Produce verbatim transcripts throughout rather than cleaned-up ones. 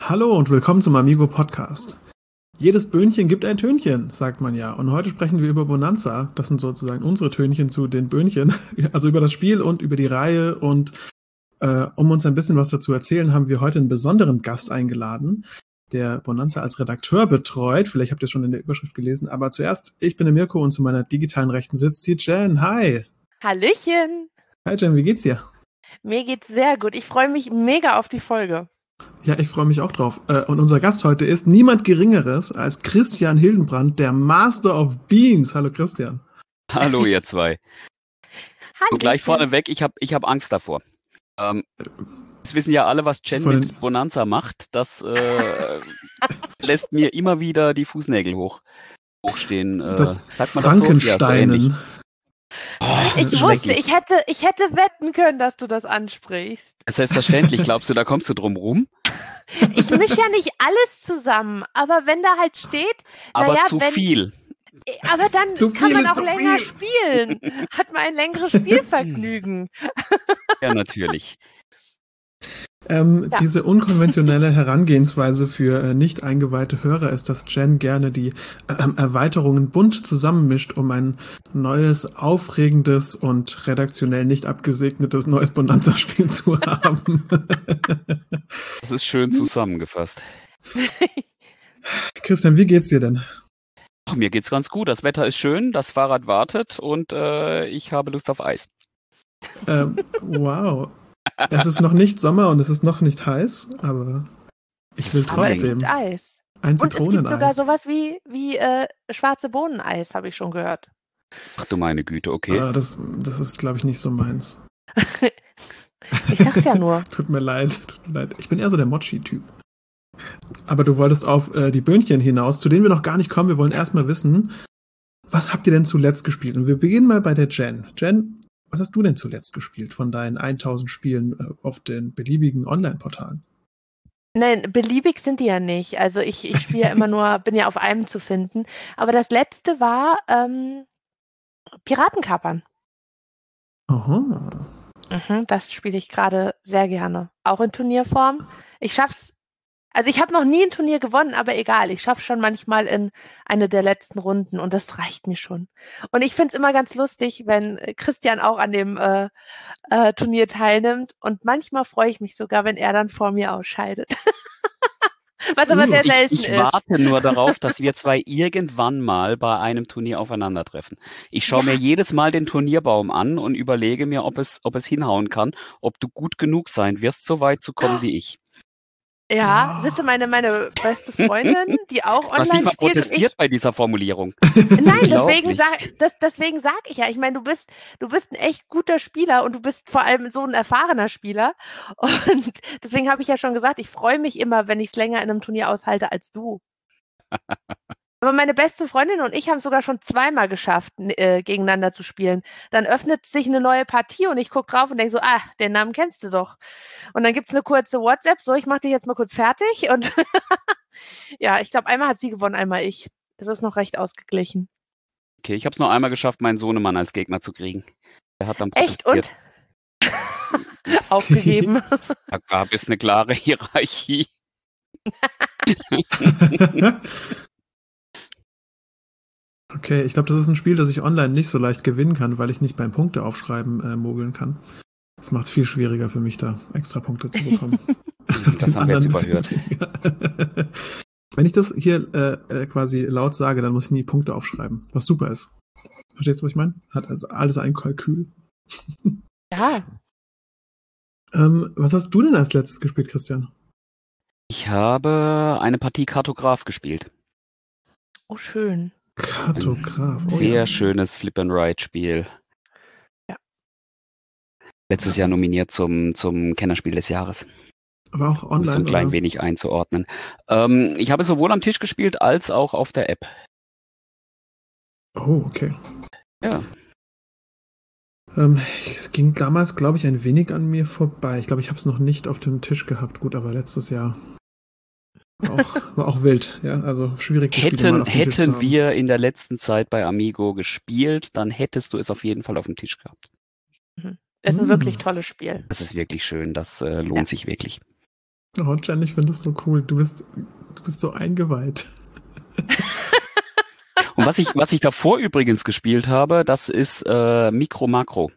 Hallo und willkommen zum Amigo Podcast. Jedes Böhnchen gibt ein Tönchen, sagt man ja. Und heute sprechen wir über Bonanza. Das sind sozusagen unsere Tönchen zu den Böhnchen. Also über das Spiel und über die Reihe. Und äh, um uns ein bisschen was dazu erzählen, haben wir heute einen besonderen Gast eingeladen, der Bonanza als Redakteur betreut. Vielleicht habt ihr es schon in der Überschrift gelesen. Aber zuerst, ich bin der Mirko und zu meiner digitalen Rechten sitzt die Jen. Hi. Hallöchen. Hi Jen, wie geht's dir? Mir geht's sehr gut. Ich freue mich mega auf die Folge. Ja, ich freue mich auch drauf. Und unser Gast heute ist niemand Geringeres als Christian Hildenbrand, der Master of Beans. Hallo Christian. Hallo ihr zwei. Hallo. Und gleich vorneweg, ich habe ich hab Angst davor. Ähm, das wissen ja alle, was Jen Von mit Bonanza macht. Das äh, lässt mir immer wieder die Fußnägel hoch, hochstehen. Äh, das sagt man das so? Frankensteinen. Ja, so Oh, ich wusste, ich hätte, ich hätte wetten können, dass du das ansprichst. Selbstverständlich. Glaubst du, da kommst du drum rum? Ich mische ja nicht alles zusammen, aber wenn da halt steht, Aber naja, zu wenn, viel. Aber dann Zu kann viel man ist auch zu länger viel. spielen. Hat man ein längeres Spielvergnügen. Ja, natürlich. Ähm, Ja. Diese unkonventionelle Herangehensweise für äh, nicht eingeweihte Hörer ist, dass Jen gerne die äh, Erweiterungen bunt zusammenmischt, um ein neues, aufregendes und redaktionell nicht abgesegnetes neues Bonanza-Spiel zu haben. Das ist schön zusammengefasst. Christian, wie geht's dir denn? Ach, mir geht's ganz gut. Das Wetter ist schön, das Fahrrad wartet und äh, ich habe Lust auf Eis. Ähm, wow. Es ist noch nicht Sommer und es ist noch nicht heiß, aber ich will Aber es trotzdem gibt Eis. ein Und es gibt sogar Zitroneneis. sowas wie, wie äh, schwarze Bohneneis, habe ich schon gehört. Ach du meine Güte, okay. Äh, das, das ist, glaube ich, nicht so meins. Ich sag's ja nur. Tut mir leid, tut mir leid. Ich bin eher so der Mochi-Typ. Aber du wolltest auf äh, die Böhnchen hinaus, zu denen wir noch gar nicht kommen. Wir wollen erstmal wissen, was habt ihr denn zuletzt gespielt? Und wir beginnen mal bei der Jen. Jen, was hast du denn zuletzt gespielt von deinen tausend Spielen äh, auf den beliebigen Online-Portalen? Nein, beliebig sind die ja nicht. Also ich, ich spiele ja immer nur, bin ja auf einem zu finden. Aber das letzte war ähm, Piratenkapern. Aha. Mhm, das spiele ich gerade sehr gerne. Auch in Turnierform. Ich schaff's. Also ich habe noch nie ein Turnier gewonnen, aber egal. Ich schaffe schon manchmal in eine der letzten Runden und das reicht mir schon. Und ich finde es immer ganz lustig, wenn Christian auch an dem äh, äh, Turnier teilnimmt. Und manchmal freue ich mich sogar, wenn er dann vor mir ausscheidet. Was aber sehr Ich, selten ich ist. warte nur darauf, dass wir zwei irgendwann mal bei einem Turnier aufeinandertreffen. Ich schaue Ja. mir jedes Mal den Turnierbaum an und überlege mir, ob es, ob es hinhauen kann, ob du gut genug sein wirst, so weit zu kommen wie ich. Ja, Wow. siehst du, meine, meine beste Freundin, die auch Du hast nicht online mal spielt und protestiert ich. bei dieser Formulierung. Nein, deswegen Unglaublich. sag, das, deswegen sag ich ja, ich meine, du bist, du bist ein echt guter Spieler und du bist vor allem so ein erfahrener Spieler. Und deswegen habe ich ja schon gesagt, ich freue mich immer, wenn ich es länger in einem Turnier aushalte als du. Aber meine beste Freundin und ich haben es sogar schon zweimal geschafft, n- äh, gegeneinander zu spielen. Dann öffnet sich eine neue Partie und ich gucke drauf und denke so, ah, den Namen kennst du doch. Und dann gibt es eine kurze WhatsApp, so, ich mache dich jetzt mal kurz fertig. Und ja, ich glaube, einmal hat sie gewonnen, einmal ich. Das ist noch recht ausgeglichen. Okay, ich habe es nur einmal geschafft, meinen Sohnemann als Gegner zu kriegen. Er hat dann Echt? protestiert. Und? Aufgegeben. Da gab es eine klare Hierarchie. Okay, ich glaube, das ist ein Spiel, das ich online nicht so leicht gewinnen kann, weil ich nicht beim Punkteaufschreiben äh, mogeln kann. Das macht es viel schwieriger für mich, da extra Punkte zu bekommen. Das haben wir jetzt überhört. Wenn ich das hier äh, quasi laut sage, dann muss ich nie Punkte aufschreiben, was super ist. Verstehst du, was ich meine? Hat also alles ein Kalkül. Ja. Ähm, was hast du denn als letztes gespielt, Christian? Ich habe eine Partie Kartograf gespielt. Oh, schön. Kartograf. Oh, Sehr ja. schönes Flip-and-Ride-Spiel. Ja. Letztes Jahr nominiert zum, zum Kennerspiel des Jahres. Aber auch Um online, es so ein klein oder? wenig einzuordnen. Ähm, ich habe es sowohl am Tisch gespielt, als auch auf der App. Oh, okay. Ja. Ähm, es ging damals, glaube ich, ein wenig an mir vorbei. Ich glaube, ich habe es noch nicht auf dem Tisch gehabt. Gut, aber letztes Jahr war auch, war auch wild. Ja, also schwierig. die Spiele mal Hätten, auf dem Tisch zu hätten haben. wir in der letzten Zeit bei Amigo gespielt, dann hättest du es auf jeden Fall auf dem Tisch gehabt. Mhm. Ist ein Hm. wirklich tolles Spiel. Das ist wirklich schön, das äh, lohnt Ja. sich wirklich. Oh, Jen, ich finde das so cool. Du bist, du bist so eingeweiht. Und was ich, was ich davor übrigens gespielt habe, das ist äh, Micro Macro.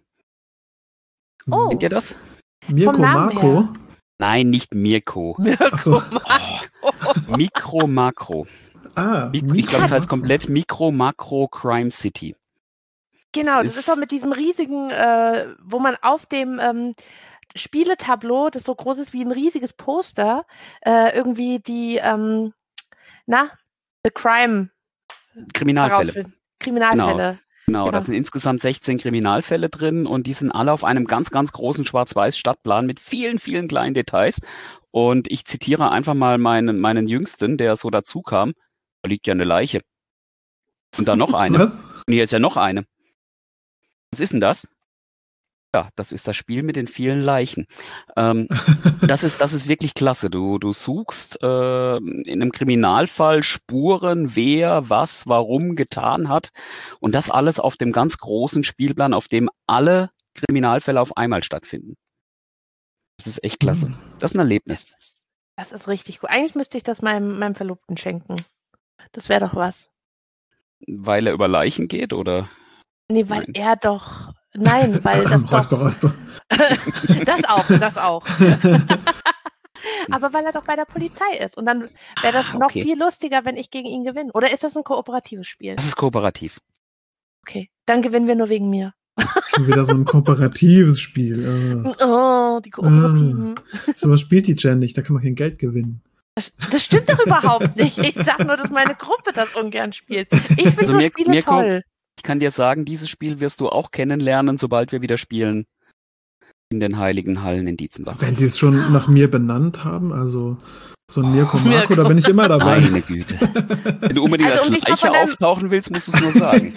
Oh, Kennt ihr das? vom Mirko Namen Marco? her. Nein, nicht Mirko. Ach so. Mirko Marco. Micro Macro. Ah, Mik- Mirko Ich glaube, das heißt Marco. komplett Micro Macro Crime City. Genau, Das das ist ist- doch mit diesem riesigen, äh, wo man auf dem ähm, Spieletableau, das so groß ist wie ein riesiges Poster, äh, irgendwie die, ähm, na, The Crime Kriminalfälle. herausfinden. Kriminalfälle. Genau, da Genau. sind insgesamt sechzehn Kriminalfälle drin und die sind alle auf einem ganz, ganz großen Schwarz-Weiß-Stadtplan mit vielen, vielen kleinen Details. Und ich zitiere einfach mal meinen, meinen Jüngsten, der so dazu kam. Da liegt ja eine Leiche. Und da noch eine. Was? Und hier ist ja noch eine. Was ist denn das? Ja, das ist das Spiel mit den vielen Leichen. Ähm, das ist, das ist wirklich klasse. Du, du suchst äh, in einem Kriminalfall Spuren, wer, was, warum getan hat. Und das alles auf dem ganz großen Spielplan, auf dem alle Kriminalfälle auf einmal stattfinden. Das ist echt klasse. Hm. Das ist ein Erlebnis. Das ist richtig gut. Eigentlich müsste ich das meinem, meinem Verlobten schenken. Das wäre doch was. Weil er über Leichen geht, oder? Nee, weil Nein. er doch. Nein, weil das Räusper, doch. Räusper. Das auch, das auch. Aber weil er doch bei der Polizei ist. Und dann wäre das Ah, noch okay. viel lustiger, wenn ich gegen ihn gewinne. Oder ist das ein kooperatives Spiel? Das ist kooperativ. Okay, dann gewinnen wir nur wegen mir. Schon wieder so ein kooperatives Spiel. Oh, die Kooperativen. Ah. So was spielt die Jen nicht, da kann man kein Geld gewinnen. Das, das stimmt doch überhaupt nicht. Ich sag nur, dass meine Gruppe das ungern spielt. Ich finde Also so Mir- Spiele Mirko- toll. Ich kann dir sagen, dieses Spiel wirst du auch kennenlernen, sobald wir wieder spielen in den Heiligen Hallen in Dietzenbach. Wenn sie es schon nach mir benannt haben, also so ein Mirko Mirko. Marco, da bin ich immer dabei. Meine Güte. Wenn du unbedingt Also, als um dich mal Leiche von deinem- auftauchen willst, musst du es nur sagen.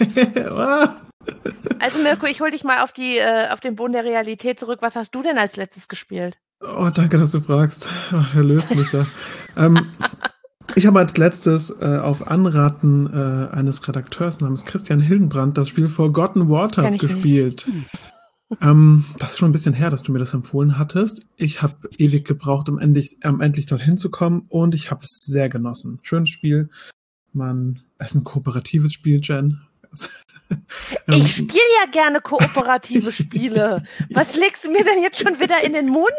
Also Mirko, ich hol dich mal auf, die, äh, auf den Boden der Realität zurück. Was hast du denn als letztes gespielt? Oh, danke, dass du fragst. Ach, er löst mich da. ähm, ich habe als letztes äh, auf Anraten äh, eines Redakteurs namens Christian Hildenbrand das Spiel Forgotten Kenn Waters ich gespielt. Ähm, das ist schon ein bisschen her, dass du mir das empfohlen hattest. Ich habe ewig gebraucht, um endlich, um endlich dorthin zu kommen und ich habe es sehr genossen. Schönes Spiel. Man, es ist ein kooperatives Spiel, Jen. Ähm, Ich spiele ja gerne kooperative Spiele. Was legst du mir denn jetzt schon wieder in den Mund?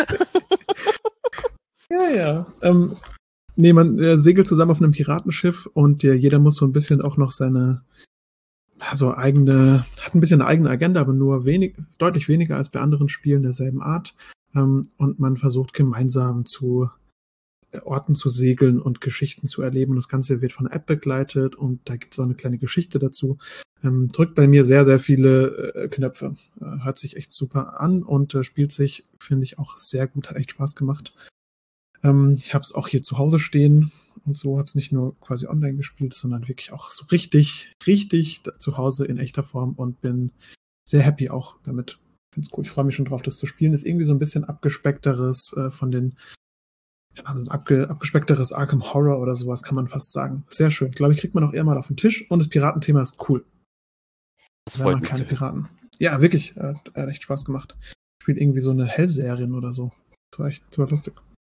Ja, ja. Ähm, nee, man äh, segelt zusammen auf einem Piratenschiff und äh, jeder muss so ein bisschen auch noch seine, also eigene, hat ein bisschen eine eigene Agenda, aber nur wenig, deutlich weniger als bei anderen Spielen derselben Art. Ähm, und man versucht gemeinsam zu äh, Orten zu segeln und Geschichten zu erleben. Das Ganze wird von einer App begleitet und da gibt es auch eine kleine Geschichte dazu. Ähm, drückt bei mir sehr, sehr viele äh, Knöpfe. Äh, hört sich echt super an und äh, spielt sich, finde ich, auch sehr gut. Hat echt Spaß gemacht. Ähm, ich habe es auch hier zu Hause stehen und so. Habe es nicht nur quasi online gespielt, sondern wirklich auch so richtig, richtig da- zu Hause in echter Form und bin sehr happy auch damit. Finde es cool. Ich freue mich schon drauf, das zu spielen. Ist irgendwie so ein bisschen abgespeckteres äh, von den ja, so ein abge, abgespeckteres Arkham Horror oder sowas, kann man fast sagen. Sehr schön. Glaube ich, kriegt man auch eher mal auf den Tisch und das Piratenthema ist cool. Das Wenn freut man mich keine zu hören. Piraten. Ja, wirklich. Äh, hat echt Spaß gemacht. Spielt irgendwie so eine Hellseherin oder so. Das war echt super lustig.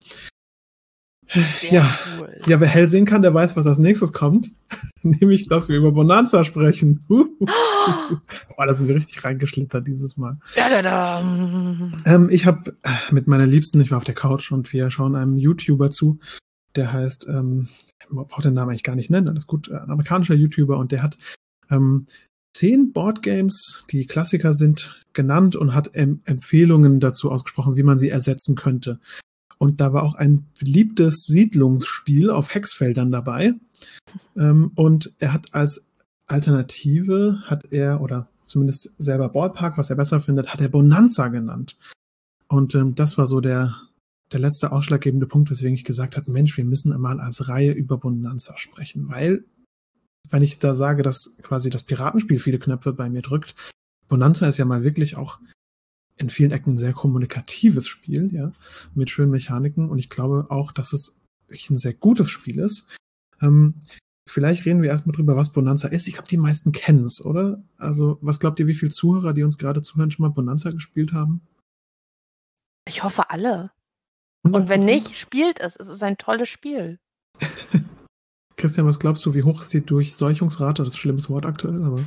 Sehr Ja. cool. Ja, wer hell sehen kann, der weiß, was als nächstes kommt. Nämlich, dass wir über Bonanza sprechen. Uh. Oh, da sind wir richtig reingeschlittert dieses Mal. Da, da, da. Ähm, ich habe mit meiner Liebsten, ich war auf der Couch und wir schauen einem YouTuber zu, der heißt, ähm, man braucht den Namen eigentlich gar nicht nennen, alles gut, ein amerikanischer YouTuber und der hat ähm, zehn Boardgames, die Klassiker sind, genannt und hat em- Empfehlungen dazu ausgesprochen, wie man sie ersetzen könnte. Und da war auch ein beliebtes Siedlungsspiel auf Hexfeldern dabei. Ähm, und er hat als Alternative, hat er, oder zumindest selber Ballpark, was er besser findet, hat er Bonanza genannt. Und ähm, das war so der, der letzte ausschlaggebende Punkt, weswegen ich gesagt habe, Mensch, wir müssen mal als Reihe über Bonanza sprechen. Weil, wenn ich da sage, dass quasi das Piratenspiel viele Knöpfe bei mir drückt, Bonanza ist ja mal wirklich auch in vielen Ecken ein sehr kommunikatives Spiel, ja, mit schönen Mechaniken. Und ich glaube auch, dass es wirklich ein sehr gutes Spiel ist. Ähm, vielleicht reden wir erstmal drüber, was Bonanza ist. Ich glaube, die meisten kennen es, oder? Also, was glaubt ihr, wie viele Zuhörer, die uns gerade zuhören, schon mal Bonanza gespielt haben? Ich hoffe alle. Und wenn nicht, spielt es. Es ist ein tolles Spiel. Christian, was glaubst du, wie hoch ist die Durchseuchungsrate? Das ist ein schlimmes Wort aktuell, aber.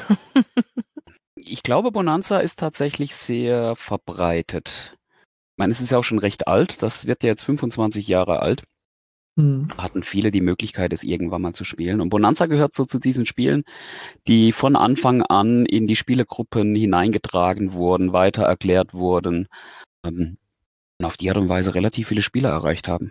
Ich glaube, Bonanza ist tatsächlich sehr verbreitet. Ich meine, es ist ja auch schon recht alt. Das wird ja jetzt fünfundzwanzig Jahre alt. Hm. Da hatten viele die Möglichkeit, es irgendwann mal zu spielen. Und Bonanza gehört so zu diesen Spielen, die von Anfang an in die Spielegruppen hineingetragen wurden, weiter erklärt wurden ähm, und auf die Art und Weise relativ viele Spieler erreicht haben.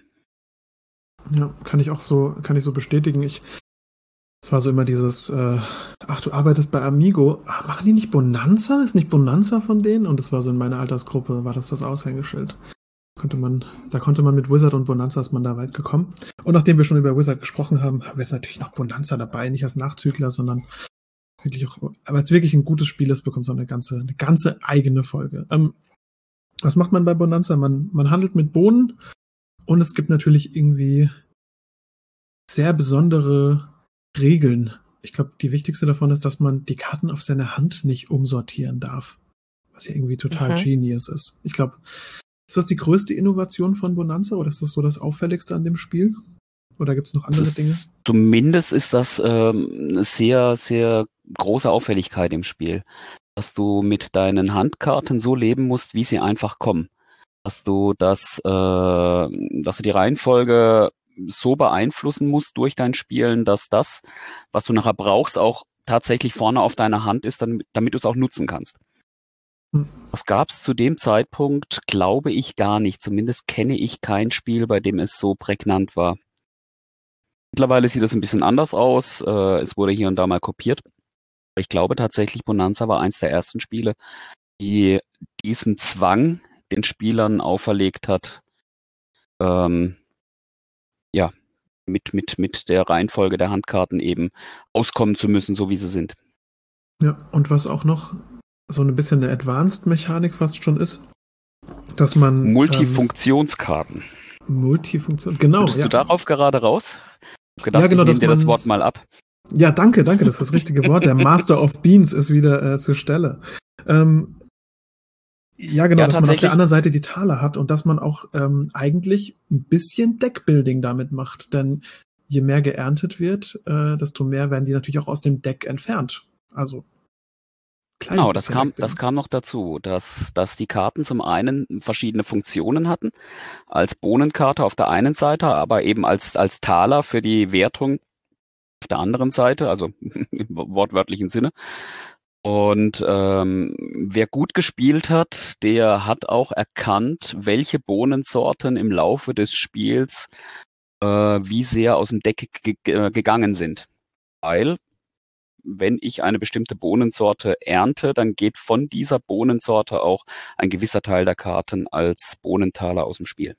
Ja, kann ich auch so, kann ich so bestätigen. Ich, es war so immer dieses, äh, ach, du arbeitest bei Amigo. Ach, machen die nicht Bonanza? Ist nicht Bonanza von denen? Und das war so in meiner Altersgruppe, war das das Aushängeschild. Konnte man, da konnte man mit Wizard und Bonanza ist man da weit gekommen. Und nachdem wir schon über Wizard gesprochen haben, haben wir jetzt natürlich noch Bonanza dabei, nicht als Nachzügler, sondern wirklich auch, aber es wirklich ein gutes Spiel ist, bekommt so eine ganze, eine ganze eigene Folge. Ähm, was macht man bei Bonanza? Man, man handelt mit Bohnen und es gibt natürlich irgendwie sehr besondere Regeln. Ich glaube, die wichtigste davon ist, dass man die Karten auf seine Hand nicht umsortieren darf. Was ja irgendwie total Mhm. genius ist. Ich glaube, ist das die größte Innovation von Bonanza oder ist das so das Auffälligste an dem Spiel? Oder gibt es noch andere ist, Dinge? Zumindest ist das ähm, eine sehr, sehr große Auffälligkeit im Spiel, dass du mit deinen Handkarten so leben musst, wie sie einfach kommen. Dass du das, äh, dass du die Reihenfolge so beeinflussen musst durch dein Spielen, dass das, was du nachher brauchst, auch tatsächlich vorne auf deiner Hand ist, damit, damit du es auch nutzen kannst. Hm. Das gab es zu dem Zeitpunkt, glaube ich, gar nicht. Zumindest kenne ich kein Spiel, bei dem es so prägnant war. Mittlerweile sieht es ein bisschen anders aus. Äh, es wurde hier und da mal kopiert. Ich glaube tatsächlich, Bonanza war eins der ersten Spiele, die diesen Zwang den Spielern auferlegt hat, ähm, ja, mit, mit, mit der Reihenfolge der Handkarten eben auskommen zu müssen, so wie sie sind. Ja, und was auch noch so ein bisschen eine Advanced-Mechanik fast schon ist, dass man Multifunktionskarten. Ähm, Multifunktion, genau. Würdest ja. du darauf gerade raus? Ich hab gedacht, Ja, genau, ich nehme dass dir man, das Wort mal ab. Ja, danke, danke, das ist das richtige Wort. Der Master of Beans ist wieder äh, zur Stelle. Ähm, ja, genau, Ja, dass man auf der tatsächlich. anderen Seite die Taler hat und dass man auch ähm, eigentlich ein bisschen Deckbuilding damit macht. Denn je mehr geerntet wird, äh, desto mehr werden die natürlich auch aus dem Deck entfernt. Also kleines Genau, das bisschen kam, Deckbuilding. das kam noch dazu, dass, dass die Karten zum einen verschiedene Funktionen hatten, als Bohnenkarte auf der einen Seite, aber eben als, als Taler für die Wertung auf der anderen Seite, also im wortwörtlichen Sinne. Und ähm, wer gut gespielt hat, der hat auch erkannt, welche Bohnensorten im Laufe des Spiels äh, wie sehr aus dem Deck ge ge gegangen sind. Weil, wenn ich eine bestimmte Bohnensorte ernte, dann geht von dieser Bohnensorte auch ein gewisser Teil der Karten als Bohnentaler aus dem Spiel.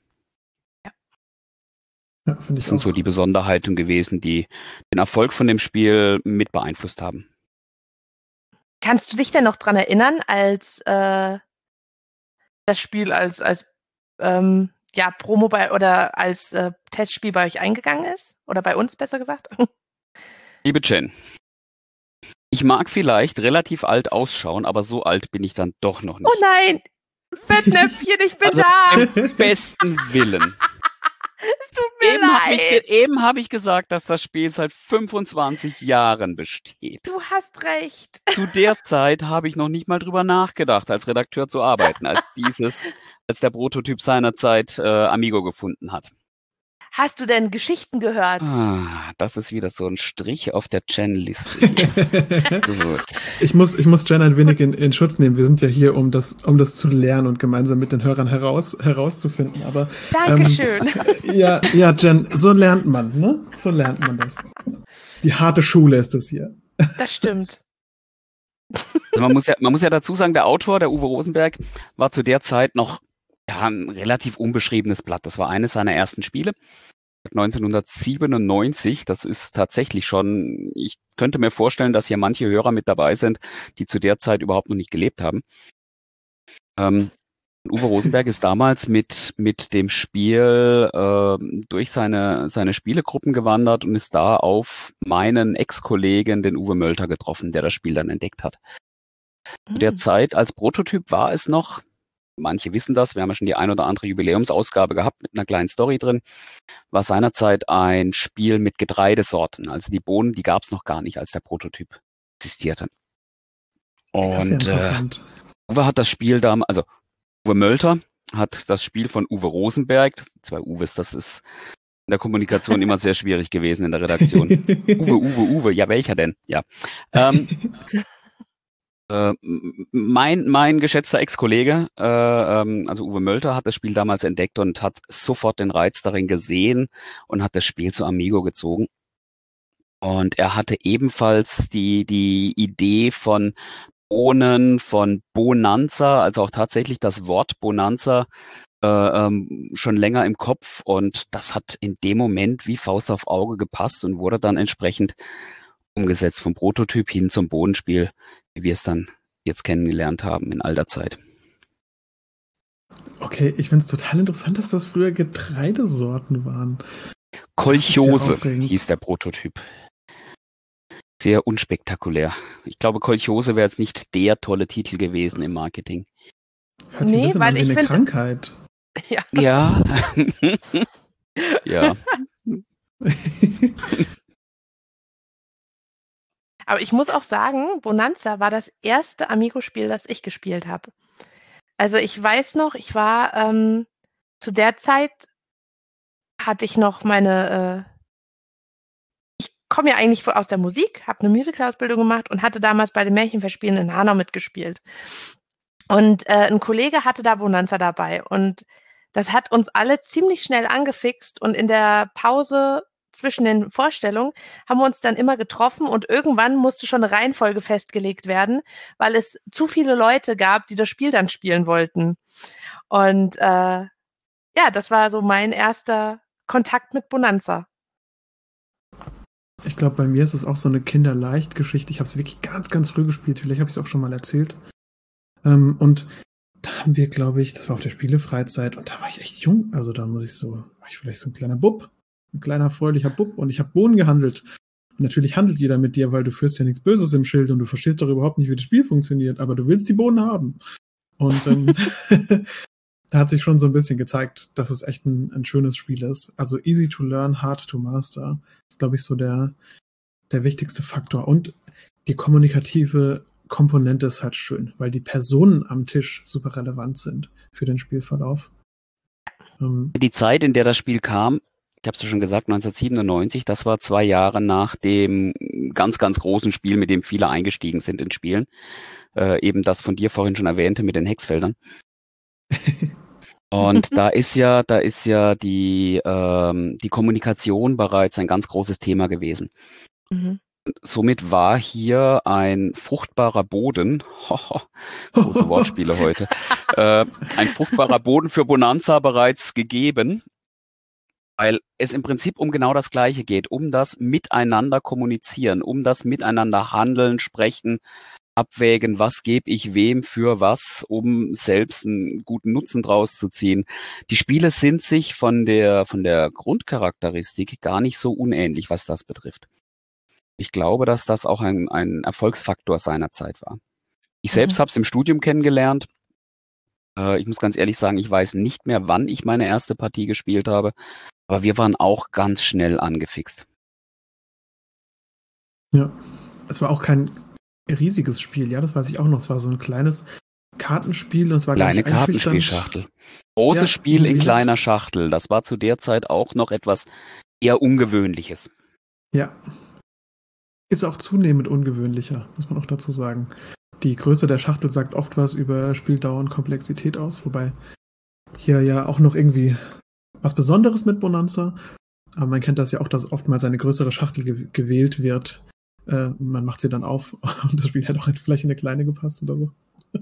Ja, finde Das ich sind auch. so die Besonderheiten gewesen, die den Erfolg von dem Spiel mit beeinflusst haben. Kannst du dich denn noch dran erinnern, als äh, das Spiel als, als ähm, ja, Promo bei oder als äh, Testspiel bei euch eingegangen ist? Oder bei uns besser gesagt? Liebe Jen, ich mag vielleicht relativ alt ausschauen, aber so alt bin ich dann doch noch nicht. Oh nein! Fettnäpfchen, ich bin Also da! beim besten Willen. Es tut mir Eben habe ich, leid! ge- eben hab ich gesagt, dass das Spiel seit fünfundzwanzig Jahren besteht. Du hast recht. Zu der Zeit habe ich noch nicht mal drüber nachgedacht, als Redakteur zu arbeiten, als dieses, als der Prototyp seinerzeit äh, Amigo gefunden hat. Hast du denn Geschichten gehört? Ah, das ist wieder so ein Strich auf der Chen-Liste. Gut. Ich muss, ich muss Jen ein wenig in, in Schutz nehmen. Wir sind ja hier, um das, um das zu lernen und gemeinsam mit den Hörern heraus, herauszufinden. Aber Dankeschön. Ähm, ja, ja, Jen, so lernt man, ne? So lernt man das. Die harte Schule ist das hier. Das stimmt. Also man muss ja, man muss ja dazu sagen, der Autor, der Uwe Rosenberg, war zu der Zeit noch ja, ein relativ unbeschriebenes Blatt. Das war eines seiner ersten Spiele. neunzehnhundertsiebenundneunzig, das ist tatsächlich schon, ich könnte mir vorstellen, dass hier manche Hörer mit dabei sind, die zu der Zeit überhaupt noch nicht gelebt haben. Ähm, Uwe Rosenberg ist damals mit, mit dem Spiel äh, durch seine, seine Spielegruppen gewandert und ist da auf meinen Ex-Kollegen, den Uwe Mölter, getroffen, der das Spiel dann entdeckt hat. Zu der Zeit als Prototyp war es noch manche wissen das, wir haben ja schon die ein oder andere Jubiläumsausgabe gehabt mit einer kleinen Story drin, war seinerzeit ein Spiel mit Getreidesorten. Also die Bohnen, die gab es noch gar nicht, als der Prototyp existierte. Und äh, Uwe hat das Spiel da, also Uwe Mölter hat das Spiel von Uwe Rosenberg, das sind zwei Uwes, das ist in der Kommunikation immer sehr schwierig gewesen in der Redaktion. Uwe, Uwe, Uwe, ja, welcher denn? Ja. Ähm, äh, mein, mein geschätzter Ex-Kollege, äh, ähm, also Uwe Mölter, hat das Spiel damals entdeckt und hat sofort den Reiz darin gesehen und hat das Spiel zu Amigo gezogen. Und er hatte ebenfalls die, die Idee von Bohnen, von Bonanza, also auch tatsächlich das Wort Bonanza äh, ähm, schon länger im Kopf, und das hat in dem Moment wie Faust auf Auge gepasst und wurde dann entsprechend umgesetzt vom Prototyp hin zum Bodenspiel, wie wir es dann jetzt kennengelernt haben in all der Zeit. Okay, ich finde es total interessant, dass das früher Getreidesorten waren. Kolchose hieß der Prototyp. Sehr unspektakulär. Ich glaube, Kolchose wäre jetzt nicht der tolle Titel gewesen im Marketing. Hört sich nee, ein bisschen weil an wie ich eine find, Krankheit. Ja. Ja. Ja. Aber ich muss auch sagen, Bonanza war das erste Amigo-Spiel, das ich gespielt habe. Also ich weiß noch, ich war ähm, zu der Zeit hatte ich noch meine äh, ich komme ja eigentlich aus der Musik, habe eine Musical-Ausbildung gemacht und hatte damals bei den Märchenfestspielen in Hanau mitgespielt. Und äh, ein Kollege hatte da Bonanza dabei und das hat uns alle ziemlich schnell angefixt, und in der Pause zwischen den Vorstellungen haben wir uns dann immer getroffen und irgendwann musste schon eine Reihenfolge festgelegt werden, weil es zu viele Leute gab, die das Spiel dann spielen wollten. Und äh, ja, das war so mein erster Kontakt mit Bonanza. Ich glaube, bei mir ist es auch so eine Kinderleicht-Geschichte. Ich habe es wirklich ganz, ganz früh gespielt. Vielleicht habe ich es auch schon mal erzählt. Ähm, und da haben wir, glaube ich, das war auf der Spielefreizeit und da war ich echt jung. Also da muss ich so, war ich vielleicht so ein kleiner Bub, ein kleiner fröhlicher Bub, und ich habe Bohnen gehandelt. Und natürlich handelt jeder mit dir, weil du führst ja nichts Böses im Schild und du verstehst doch überhaupt nicht, wie das Spiel funktioniert, aber du willst die Bohnen haben. Und ähm, da hat sich schon so ein bisschen gezeigt, dass es echt ein, ein schönes Spiel ist. Also easy to learn, hard to master ist, glaube ich, so der, der wichtigste Faktor. Und die kommunikative Komponente ist halt schön, weil die Personen am Tisch super relevant sind für den Spielverlauf. Ähm, die Zeit, in der das Spiel kam, ich habe es ja schon gesagt, neunzehnhundertsiebenundneunzig, das war zwei Jahre nach dem ganz, ganz großen Spiel, mit dem viele eingestiegen sind in Spielen. Äh, eben das von dir vorhin schon erwähnte mit den Hexfeldern. Und da ist ja, da ist ja die, ähm, die Kommunikation bereits ein ganz großes Thema gewesen. Mhm. Somit war hier ein fruchtbarer Boden, große Wortspiele heute, äh, ein fruchtbarer Boden für Bonanza bereits gegeben, weil es im Prinzip um genau das Gleiche geht, um das Miteinander kommunizieren, um das Miteinander handeln, sprechen, abwägen, was gebe ich wem für was, um selbst einen guten Nutzen draus zu ziehen. Die Spiele sind sich von der, von der Grundcharakteristik gar nicht so unähnlich, was das betrifft. Ich glaube, dass das auch ein, ein Erfolgsfaktor seiner Zeit war. Ich selbst mhm. habe es im Studium kennengelernt. Äh, ich muss ganz ehrlich sagen, ich weiß nicht mehr, wann ich meine erste Partie gespielt habe, aber wir waren auch ganz schnell angefixt. Ja, es war auch kein riesiges Spiel, ja, das weiß ich auch noch. Es war so ein kleines Kartenspiel. Und es war Kleine Kartenspielschachtel. Großes ja, Spiel in kleiner Schachtel. Das war zu der Zeit auch noch etwas eher Ungewöhnliches. Ja. Ist auch zunehmend ungewöhnlicher, muss man auch dazu sagen. Die Größe der Schachtel sagt oft was über Spieldauer und Komplexität aus, wobei hier ja auch noch irgendwie was Besonderes mit Bonanza. Aber man kennt das ja auch, dass oftmals eine größere Schachtel ge- gewählt wird. Äh, man macht sie dann auf und das Spiel hätte auch vielleicht in eine kleine gepasst oder so.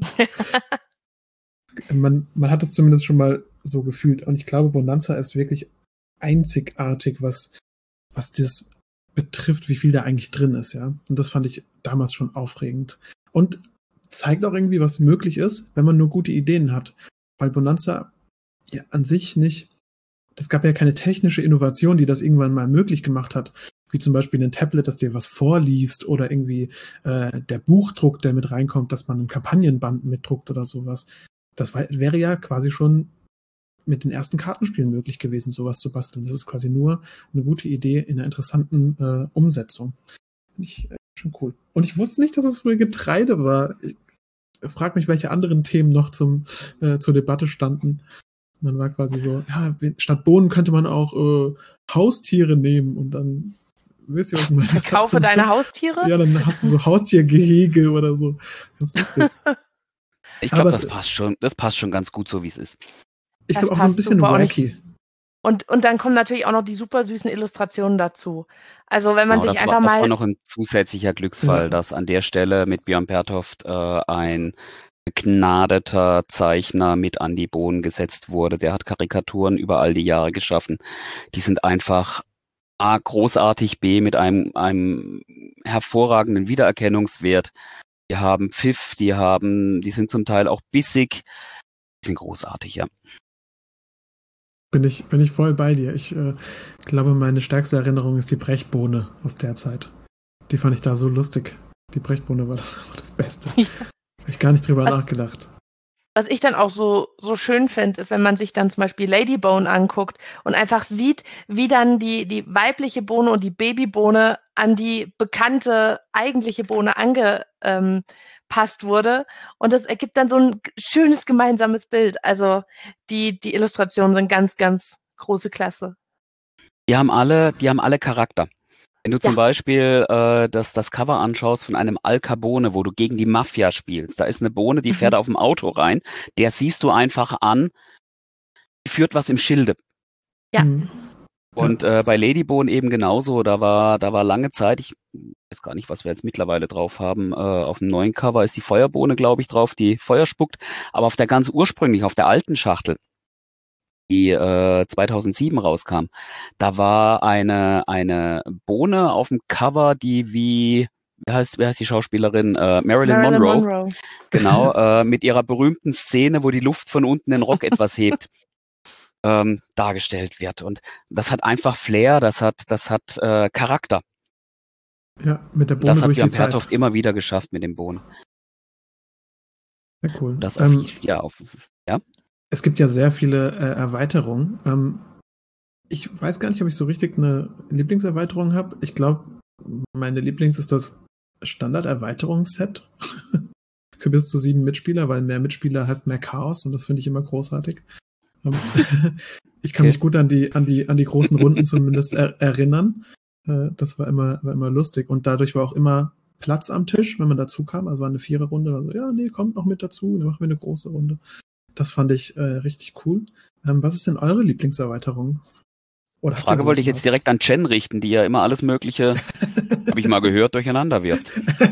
man, man hat es zumindest schon mal so gefühlt. Und ich glaube, Bonanza ist wirklich einzigartig, was, was das betrifft, wie viel da eigentlich drin ist, ja. Und das fand ich damals schon aufregend. Und zeigt auch irgendwie, was möglich ist, wenn man nur gute Ideen hat. Weil Bonanza ja an sich nicht, es gab ja keine technische Innovation, die das irgendwann mal möglich gemacht hat. Wie zum Beispiel ein Tablet, das dir was vorliest, oder irgendwie äh, der Buchdruck, der mit reinkommt, dass man ein Kampagnenband mitdruckt oder sowas. das war, wäre ja quasi schon mit den ersten Kartenspielen möglich gewesen, sowas zu basteln. Das ist quasi nur eine gute Idee in einer interessanten äh, Umsetzung. Finde ich äh, schon cool. Und ich wusste nicht, dass es früher Getreide war. Ich frage mich, welche anderen Themen noch zum, äh, zur Debatte standen. Und dann war quasi so, ja, statt Bohnen könnte man auch äh, Haustiere nehmen und dann, wisst ihr, was ich meine? Kaufe deine so, Haustiere? Ja, dann hast du so Haustiergehege oder so. Ganz lustig. Ich glaube, das passt schon, das passt schon ganz gut so, wie es ist. Ich glaube auch so ein bisschen wacky. Und, und dann kommen natürlich auch noch die super süßen Illustrationen dazu. Also wenn man genau, sich das einfach war, mal... Das war noch ein zusätzlicher Glücksfall, ja. dass an der Stelle mit Björn Pertoft äh, ein begnadeter Zeichner mit an die Bohnen gesetzt wurde. Der hat Karikaturen über all die Jahre geschaffen. Die sind einfach A, großartig, B, mit einem, einem hervorragenden Wiedererkennungswert. Die haben Pfiff, die haben, die sind zum Teil auch bissig. Die sind großartig, ja. Bin ich, bin ich voll bei dir. Ich äh, glaube, meine stärkste Erinnerung ist die Brechbohne aus der Zeit. Die fand ich da so lustig. Die Brechbohne war das, war das Beste. Ja. Habe ich gar nicht drüber was, nachgedacht. Was ich dann auch so, so schön finde, ist, wenn man sich dann zum Beispiel Ladybone anguckt und einfach sieht, wie dann die, die weibliche Bohne und die Babybohne an die bekannte eigentliche Bohne angepasst wurde. Und das ergibt dann so ein schönes gemeinsames Bild. Also die, die Illustrationen sind ganz, ganz große Klasse. Die haben alle, die haben alle Charakter. Wenn du zum ja. Beispiel äh, das, das Cover anschaust von einem Al Capone, wo du gegen die Mafia spielst, da ist eine Bohne, die mhm. fährt auf dem Auto rein, der siehst du einfach an, die führt was im Schilde. Ja. Mhm. Und äh, bei Ladybone eben genauso, da war, da war lange Zeit, ich weiß gar nicht, was wir jetzt mittlerweile drauf haben, äh, auf dem neuen Cover ist die Feuerbohne, glaube ich, drauf, die Feuer spuckt, aber auf der ganz ursprünglich, auf der alten Schachtel, die äh, zweitausendsieben rauskam, da war eine eine Bohne auf dem Cover, die wie, wie heißt, wie heißt die Schauspielerin? Äh, Marilyn, Marilyn Monroe. Monroe. Genau, äh, mit ihrer berühmten Szene, wo die Luft von unten den Rock etwas hebt, ähm, dargestellt wird. Und das hat einfach Flair, das hat, das hat äh, Charakter. Ja, mit der Bohne das hat durch Björn die Zeit. Pertoft immer wieder geschafft mit den Bohnen. Ja, cool. Das auf, ähm, ja, auf, ja. Es gibt ja sehr viele äh, Erweiterungen. Ähm, ich weiß gar nicht, ob ich so richtig eine Lieblingserweiterung habe. Ich glaube, meine Lieblings ist das Standard-Erweiterungsset für bis zu sieben Mitspieler, weil mehr Mitspieler heißt mehr Chaos und das finde ich immer großartig. Ähm, ich kann okay. mich gut an die, an die, an die großen Runden zumindest er- erinnern. Äh, das war immer, war immer lustig und dadurch war auch immer Platz am Tisch, wenn man dazu kam. Also war eine Viererrunde, also ja, nee, kommt noch mit dazu, dann machen wir eine große Runde. Das fand ich äh, richtig cool. Ähm, was ist denn eure Lieblingserweiterung? Oder die Frage wollte ich jetzt direkt an Jen richten, die ja immer alles Mögliche, habe ich mal gehört, durcheinander wirft.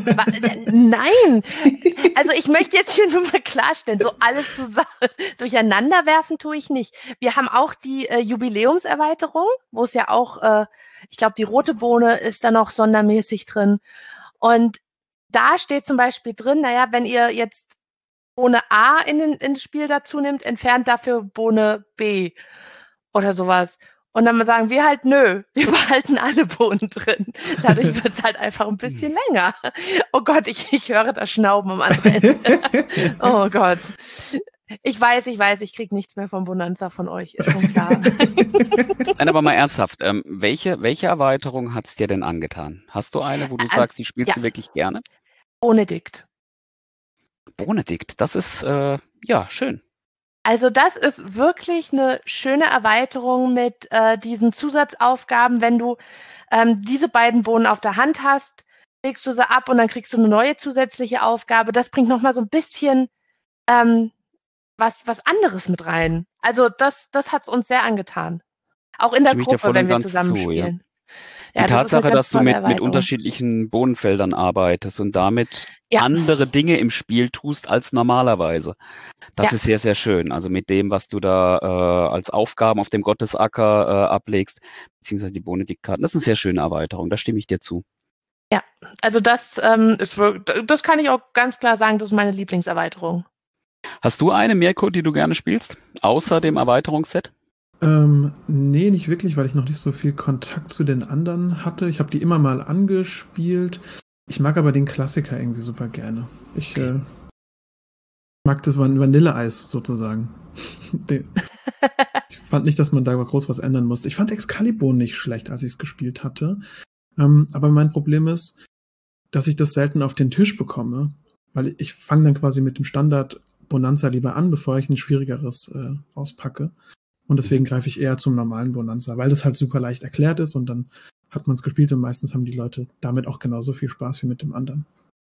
Nein! Also ich möchte jetzt hier nur mal klarstellen, so alles zusammen durcheinander werfen tue ich nicht. Wir haben auch die äh, Jubiläumserweiterung, wo es ja auch, äh, ich glaube, die rote Bohne ist da noch sondermäßig drin. Und da steht zum Beispiel drin, naja, wenn ihr jetzt Bohne A in den, ins Spiel dazu nimmt, entfernt dafür Bohne B oder sowas. Und dann sagen wir halt, nö, wir behalten alle Bohnen drin. Dadurch wird es halt einfach ein bisschen länger. Oh Gott, ich, ich höre das Schnauben am anderen Ende. Oh Gott. Ich weiß, ich weiß, ich krieg nichts mehr vom Bonanza von euch, ist schon klar. Nein, aber mal ernsthaft, ähm, welche, welche Erweiterung hat's dir denn angetan? Hast du eine, wo du ähm, sagst, die spielst ja. du wirklich gerne? Benedikt. Benedikt, das ist, äh, ja, schön. Also das ist wirklich eine schöne Erweiterung mit äh, diesen Zusatzaufgaben. Wenn du ähm, diese beiden Bohnen auf der Hand hast, legst du sie ab und dann kriegst du eine neue zusätzliche Aufgabe. Das bringt nochmal so ein bisschen ähm, was, was anderes mit rein. Also das, das hat es uns sehr angetan. Auch in der Gruppe, wenn wir zusammen zu, spielen. Ja. Die ja, Tatsache, das dass du mit, mit unterschiedlichen Bohnenfeldern arbeitest und damit ja. andere Dinge im Spiel tust als normalerweise. Das ja. ist sehr, sehr schön. Also mit dem, was du da äh, als Aufgaben auf dem Gottesacker äh, ablegst, beziehungsweise die Benedikt-Karten, das ist eine sehr schöne Erweiterung, da stimme ich dir zu. Ja, also das ähm, ist wirklich, das kann ich auch ganz klar sagen, das ist meine Lieblingserweiterung. Hast du eine, Mirko, die du gerne spielst, außer dem Erweiterungsset? Ähm, nee, nicht wirklich, weil ich noch nicht so viel Kontakt zu den anderen hatte. Ich habe die immer mal angespielt. Ich mag aber den Klassiker irgendwie super gerne. Ich, okay. äh, mag das Van Vanilleeis sozusagen. Ich fand nicht, dass man da groß was ändern musste. Ich fand Excalibur nicht schlecht, als ich es gespielt hatte. Ähm, aber mein Problem ist, dass ich das selten auf den Tisch bekomme, weil ich fange dann quasi mit dem Standard Bonanza lieber an, bevor ich ein schwierigeres äh, auspacke. Und deswegen greife ich eher zum normalen Bonanza, weil das halt super leicht erklärt ist und dann hat man es gespielt und meistens haben die Leute damit auch genauso viel Spaß wie mit dem anderen.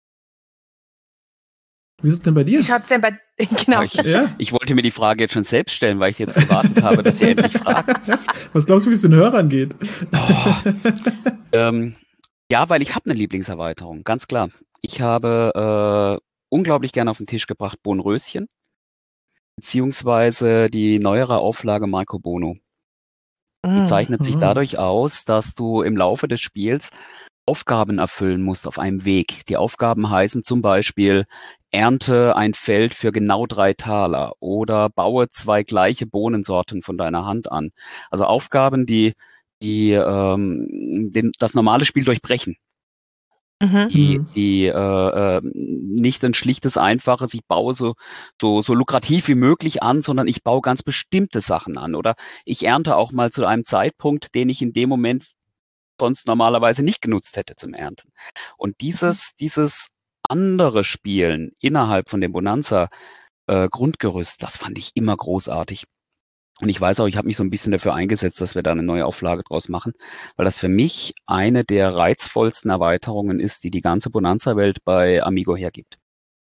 Wie ist es denn bei dir? Wie schaut's denn bei genau. Ich, ja. ich wollte mir die Frage jetzt schon selbst stellen, weil ich jetzt gewartet habe, dass ihr endlich fragt. Was glaubst du, wie es den Hörern geht? Oh. ähm, ja, weil ich habe eine Lieblingserweiterung, ganz klar. Ich habe äh, unglaublich gerne auf den Tisch gebracht Bohnröschen, beziehungsweise die neuere Auflage Marco Bono. Die zeichnet sich dadurch aus, dass du im Laufe des Spiels Aufgaben erfüllen musst auf einem Weg. Die Aufgaben heißen zum Beispiel, ernte ein Feld für genau drei Taler oder baue zwei gleiche Bohnensorten von deiner Hand an. Also Aufgaben, die, die ähm, den, das normale Spiel durchbrechen. Mhm. Die, die äh, äh, nicht ein schlichtes, einfaches, ich baue so, so, so lukrativ wie möglich an, sondern ich baue ganz bestimmte Sachen an. Oder ich ernte auch mal zu einem Zeitpunkt, den ich in dem Moment sonst normalerweise nicht genutzt hätte zum Ernten. Und dieses, dieses andere Spielen innerhalb von dem Bonanza äh, Grundgerüst, das fand ich immer großartig. Und ich weiß auch, ich habe mich so ein bisschen dafür eingesetzt, dass wir da eine neue Auflage draus machen, weil das für mich eine der reizvollsten Erweiterungen ist, die die ganze Bonanza-Welt bei Amigo hergibt.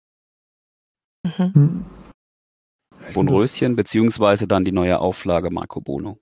Mhm. Bohnröschen, beziehungsweise dann die neue Auflage Marco Bono.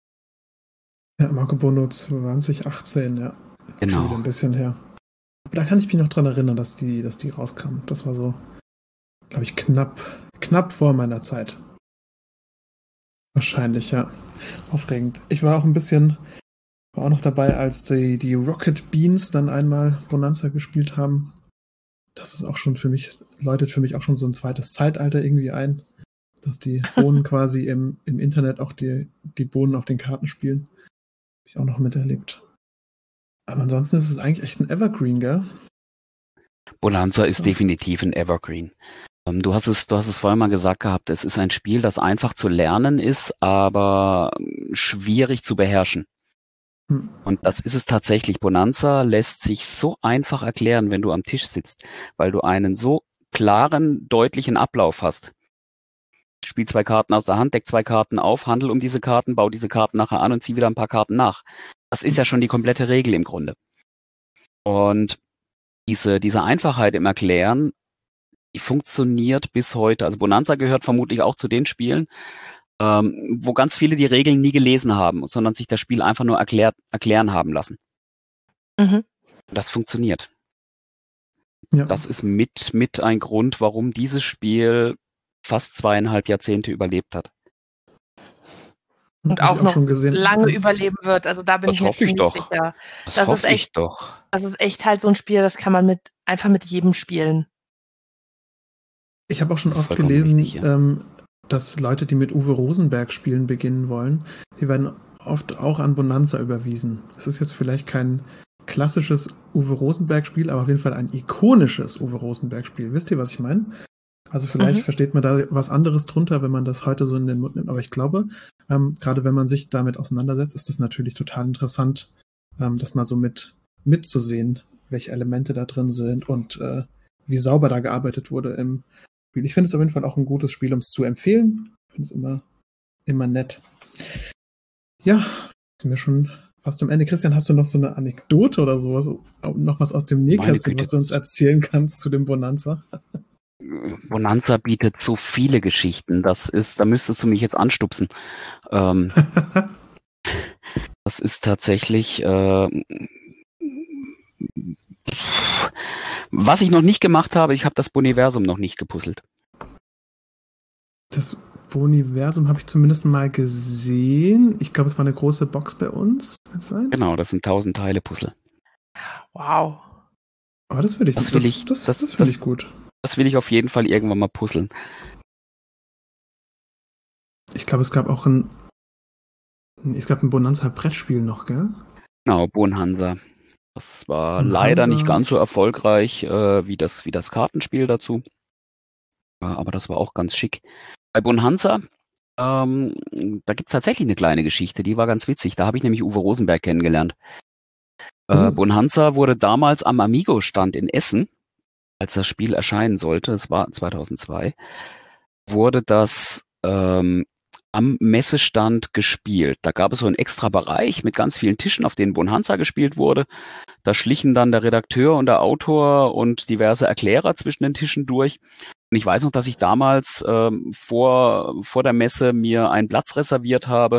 Ja, Marco Bono zwanzig achtzehn, ja. Genau. Schon wieder ein bisschen her. Aber da kann ich mich noch dran erinnern, dass die, dass die rauskam. Das war so, glaube ich, knapp, knapp vor meiner Zeit. Wahrscheinlich, ja. Aufregend. Ich war auch ein bisschen, war auch noch dabei, als die, die Rocket Beans dann einmal Bonanza gespielt haben. Das ist auch schon für mich, läutet für mich auch schon so ein zweites Zeitalter irgendwie ein, dass die Bohnen quasi im, im Internet auch die, die Bohnen auf den Karten spielen. Habe ich auch noch miterlebt. Aber ansonsten ist es eigentlich echt ein Evergreen, gell? Bonanza so. ist definitiv ein Evergreen. Ähm, du hast es, du hast es vorhin mal gesagt gehabt, es ist ein Spiel, das einfach zu lernen ist, aber schwierig zu beherrschen. Hm. Und das ist es tatsächlich. Bonanza lässt sich so einfach erklären, wenn du am Tisch sitzt, weil du einen so klaren, deutlichen Ablauf hast. Spiel zwei Karten aus der Hand, deck zwei Karten auf, handel um diese Karten, bau diese Karten nachher an und zieh wieder ein paar Karten nach. Das ist ja schon die komplette Regel im Grunde. Und diese, diese Einfachheit im Erklären, die funktioniert bis heute. Also Bonanza gehört vermutlich auch zu den Spielen, ähm, wo ganz viele die Regeln nie gelesen haben, sondern sich das Spiel einfach nur erklärt, erklären haben lassen. Mhm. Das funktioniert. Ja. Das ist mit, mit ein Grund, warum dieses Spiel fast zweieinhalb Jahrzehnte überlebt hat. Und auch, auch noch schon gesehen, lange ja. überleben wird. Also da bin das ich mir hoffe ich ziemlich doch. sicher. Das, das hoffe ist echt, ich doch. Das ist echt halt so ein Spiel, das kann man mit einfach mit jedem spielen. Ich habe auch schon oft gelesen, richtig, ja. ähm, dass Leute, die mit Uwe Rosenberg spielen beginnen wollen, die werden oft auch an Bonanza überwiesen. Das ist jetzt vielleicht kein klassisches Uwe Rosenberg-Spiel, aber auf jeden Fall ein ikonisches Uwe Rosenberg-Spiel. Wisst ihr, was ich meine? Also vielleicht mhm. versteht man da was anderes drunter, wenn man das heute so in den Mund nimmt. Aber ich glaube, ähm, gerade wenn man sich damit auseinandersetzt, ist das natürlich total interessant, ähm, das mal so mit mitzusehen, welche Elemente da drin sind und äh, wie sauber da gearbeitet wurde im Spiel. Ich finde es auf jeden Fall auch ein gutes Spiel, um es zu empfehlen. Ich finde es immer, immer nett. Ja, sind wir schon fast am Ende. Christian, hast du noch so eine Anekdote oder sowas, noch was aus dem Nähkästchen, was du uns erzählen kannst zu dem Bonanza? Bonanza bietet so viele Geschichten. Das ist, da müsstest du mich jetzt anstupsen. Ähm, das ist tatsächlich, äh, was ich noch nicht gemacht habe, ich habe das Boniversum noch nicht gepuzzelt. Das Boniversum habe ich zumindest mal gesehen. Ich glaube, es war eine große Box bei uns. Kann das sein? Genau, das sind tausend Teile Puzzle. Wow. Aber das will ich, das will ich, das, das, das, das das, ich gut. Das will ich auf jeden Fall irgendwann mal puzzeln. Ich glaube, es gab auch ein, ich glaube, ein Bonanza-Brettspiel noch, gell? Genau, Bonhansa. Das war Bonhansa. Leider nicht ganz so erfolgreich äh, wie das, wie das Kartenspiel dazu. aber das war auch ganz schick. Bei Bonanza, ähm, da gibt's tatsächlich eine kleine Geschichte, die war ganz witzig. Da habe ich nämlich Uwe Rosenberg kennengelernt. Äh, Oh. Bonanza wurde damals am Amigo-Stand in Essen, als das Spiel erscheinen sollte, das war zweitausendzwei, wurde das ähm, am Messestand gespielt. Da gab es so einen extra Bereich mit ganz vielen Tischen, auf denen Bonanza gespielt wurde. Da schlichen dann der Redakteur und der Autor und diverse Erklärer zwischen den Tischen durch. Und ich weiß noch, dass ich damals ähm, vor, vor der Messe mir einen Platz reserviert habe.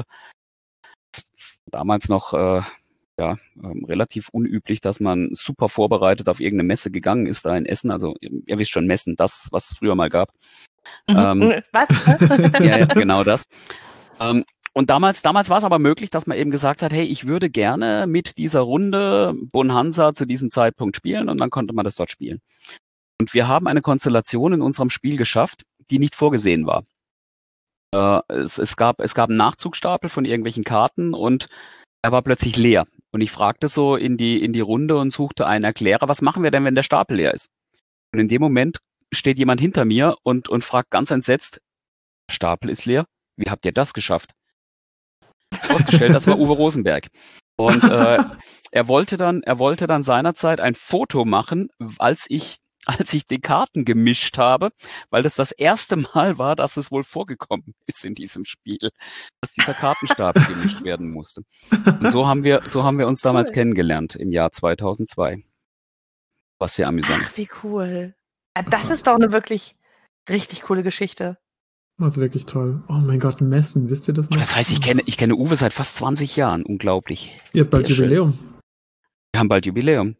Damals noch äh, ja, ähm, relativ unüblich, dass man super vorbereitet auf irgendeine Messe gegangen ist, da in Essen. Also ihr wisst schon, Messen, das, was es früher mal gab. Mhm. Ähm, Was? ja, ja, genau das. Ähm, und damals, damals war es aber möglich, dass man eben gesagt hat, hey, ich würde gerne mit dieser Runde Bonanza zu diesem Zeitpunkt spielen, und dann konnte man das dort spielen. Und wir haben eine Konstellation in unserem Spiel geschafft, die nicht vorgesehen war. Äh, es, es gab, es gab einen Nachzugstapel von irgendwelchen Karten und er war plötzlich leer. Und ich fragte so in die, in die Runde und suchte einen Erklärer, was machen wir denn, wenn der Stapel leer ist? Und in dem Moment steht jemand hinter mir und, und fragt ganz entsetzt, der Stapel ist leer? Wie habt ihr das geschafft? Ausgestellt, das war Uwe Rosenberg. Und äh, er wollte dann, er wollte dann seinerzeit ein Foto machen, als ich, als ich die Karten gemischt habe, weil das das erste Mal war, dass es wohl vorgekommen ist in diesem Spiel, dass dieser Kartenstapel gemischt werden musste. Und so haben wir, so haben wir uns damals Cool. kennengelernt im Jahr zweitausendzwei. War sehr amüsant. Ach, wie cool. Ja, das ist doch eine wirklich richtig coole Geschichte. Das ist wirklich toll. Oh mein Gott, Messen, wisst ihr das noch? Das heißt, ich kenne, ich kenne Uwe seit fast zwanzig Jahren. Unglaublich. Ihr habt bald Sehr schön. Jubiläum. Wir haben bald Jubiläum.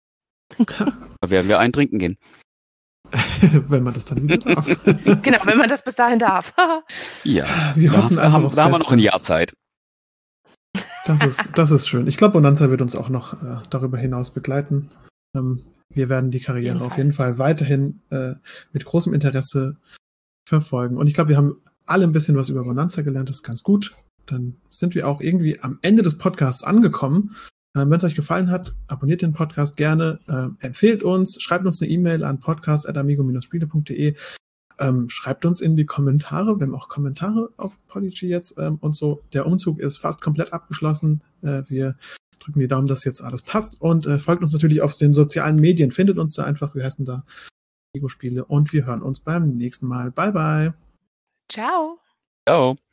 Da werden wir einen trinken gehen. Wenn man das dann wieder darf. Genau, wenn man das bis dahin darf. Ja, Wir da, hoffen da, einfach haben, aufs da haben wir noch Beste. ein Jahr Zeit. Das ist, das ist schön. Ich glaube, Bonanza wird uns auch noch äh, darüber hinaus begleiten. Ähm, wir werden die Karriere Jeden auf Fall. jeden Fall weiterhin äh, mit großem Interesse verfolgen. Und ich glaube, wir haben alle ein bisschen was über Bonanza gelernt. Das ist ganz gut. Dann sind wir auch irgendwie am Ende des Podcasts angekommen. Ähm, Wenn es euch gefallen hat, abonniert den Podcast gerne, ähm, empfehlt uns, schreibt uns eine E-Mail an podcast at amigo dash spiele punkt de. Ähm, schreibt uns in die Kommentare, wir haben auch Kommentare auf Podigy jetzt ähm, und so. Der Umzug ist fast komplett abgeschlossen. Äh, wir drücken die Daumen, dass jetzt alles passt, und äh, folgt uns natürlich auf den sozialen Medien. Findet uns da einfach, wir heißen da Amigo Spiele, und wir hören uns beim nächsten Mal. Bye, bye. Ciao. Ciao.